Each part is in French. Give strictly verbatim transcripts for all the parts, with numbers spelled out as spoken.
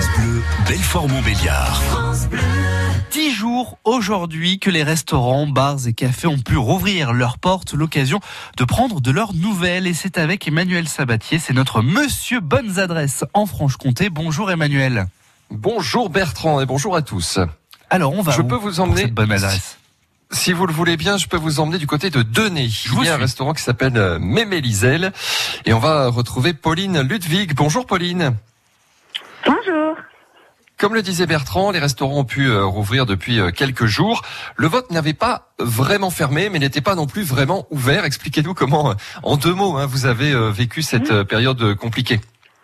Bleu, Belfort-Montbéliard. Dix jours aujourd'hui que les restaurants, bars et cafés ont pu rouvrir leurs portes, l'occasion de prendre de leurs nouvelles. Et c'est avec Emmanuel Sabatier, c'est notre Monsieur Bonnes Adresses en Franche-Comté. Bonjour Emmanuel. Bonjour Bertrand et bonjour à tous. Alors on va je où peux vous emmener cette bonne adresse? Si vous le voulez bien, je peux vous emmener du côté de Denay. Je Il y a un suis. restaurant qui s'appelle Mémélisel et on va retrouver Pauline Ludwig. Bonjour Pauline. Bonjour. Comme le disait Bertrand, les restaurants ont pu rouvrir depuis quelques jours. Le vôtre n'avait pas vraiment fermé, mais n'était pas non plus vraiment ouvert. Expliquez-nous comment, en deux mots, hein, vous avez vécu cette mmh. période compliquée.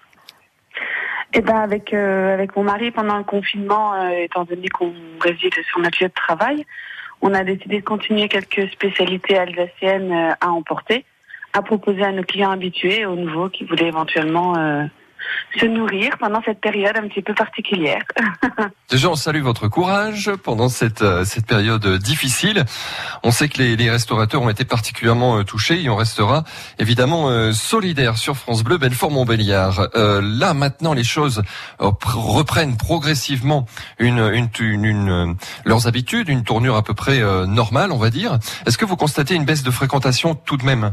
Eh ben avec euh, avec mon mari pendant le confinement, euh, étant donné qu'on réside sur notre lieu de travail, on a décidé de continuer quelques spécialités alsaciennes euh, à emporter, à proposer à nos clients habitués et aux nouveaux qui voulaient éventuellement euh, se nourrir pendant cette période un petit peu particulière. Déjà, on salue votre courage pendant cette cette période difficile. On sait que les, les restaurateurs ont été particulièrement touchés et on restera évidemment euh, solidaire sur France Bleu Belfort-Montbéliard. Euh, là, maintenant, les choses euh, reprennent progressivement une, une, une, une euh, leurs habitudes, une tournure à peu près euh, normale, on va dire. Est-ce que vous constatez une baisse de fréquentation tout de même ?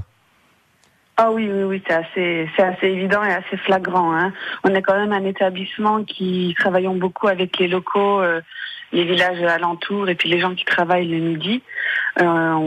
Ah oui, oui, oui, c'est assez, c'est assez évident et assez flagrant. Hein. On est quand même un établissement qui travaillons beaucoup avec les locaux, euh, les villages alentours et puis les gens qui travaillent le midi. Euh,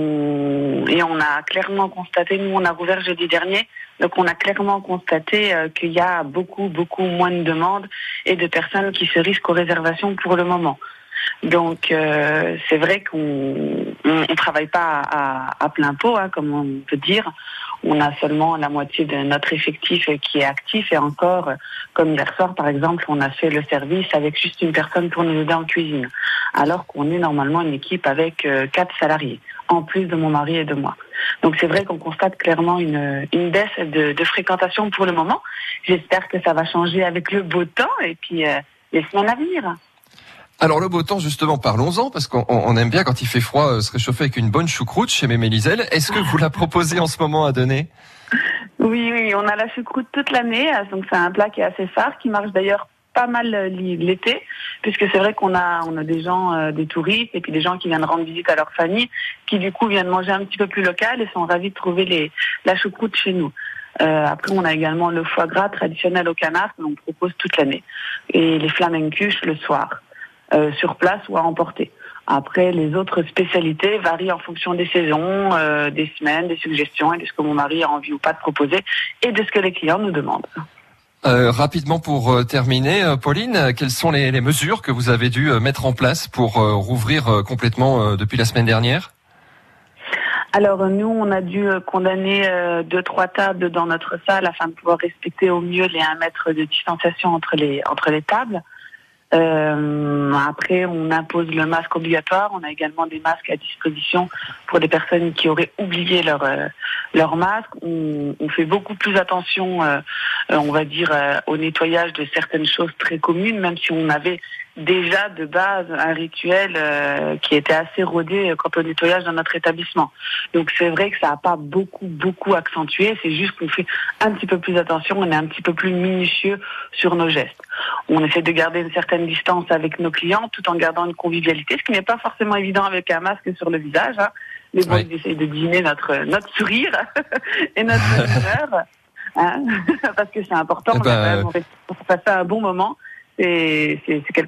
on, et on a clairement constaté, nous on a rouvert jeudi dernier, donc on a clairement constaté euh, qu'il y a beaucoup, beaucoup moins de demandes et de personnes qui se risquent aux réservations pour le moment. Donc euh, c'est vrai qu'on on, on travaille pas à, à plein pot, hein, comme on peut dire. On a seulement la moitié de notre effectif qui est actif et encore, comme hier soir par exemple, on a fait le service avec juste une personne pour nous aider en cuisine, alors qu'on est normalement une équipe avec euh, quatre salariés, en plus de mon mari et de moi. Donc c'est vrai qu'on constate clairement une, une baisse de, de fréquentation pour le moment. J'espère que ça va changer avec le beau temps et puis euh, les semaines à venir. Alors le beau temps, justement, parlons-en, parce qu'on on aime bien quand il fait froid euh, se réchauffer avec une bonne choucroute chez Mémélisel. Est-ce que vous la proposez en ce moment à Denay ? Oui, oui, on a la choucroute toute l'année, donc c'est un plat qui est assez phare, qui marche d'ailleurs pas mal l'été, puisque c'est vrai qu'on a on a des gens, euh, des touristes, et puis des gens qui viennent rendre visite à leur famille, qui du coup viennent manger un petit peu plus local et sont ravis de trouver les, la choucroute chez nous. Euh, après, on a également le foie gras traditionnel au canard que l'on propose toute l'année, et les flamencuches le soir. Euh, sur place ou à emporter. Après, les autres spécialités varient en fonction des saisons, euh, des semaines, des suggestions et de ce que mon mari a envie ou pas de proposer et de ce que les clients nous demandent. Euh, rapidement pour euh, terminer, euh, Pauline, quelles sont les, les mesures que vous avez dû euh, mettre en place pour euh, rouvrir euh, complètement euh, depuis la semaine dernière ? Alors nous, on a dû condamner euh, deux, trois tables dans notre salle afin de pouvoir respecter au mieux les un mètre de distanciation entre les entre les tables. Euh, après, on impose le masque obligatoire. On a également des masques à disposition pour des personnes qui auraient oublié leur euh, leur masque. On, on fait beaucoup plus attention, euh, on va dire, euh, au nettoyage de certaines choses très communes, même si on avait déjà de base un rituel euh, qui était assez rodé quant au nettoyage dans notre établissement. Donc c'est vrai que ça n'a pas beaucoup, beaucoup accentué. C'est juste qu'on fait un petit peu plus attention, on est un petit peu plus minutieux sur nos gestes. On essaie de garder une certaine distance avec nos clients tout en gardant une convivialité, ce qui n'est pas forcément évident avec un masque sur le visage. Hein. Mais bon, oui. Ils essayent de deviner notre, notre sourire et notre humeur, hein, parce que c'est important. Eh ben... On a passer un bon moment. C'est, c'est, c'est quelque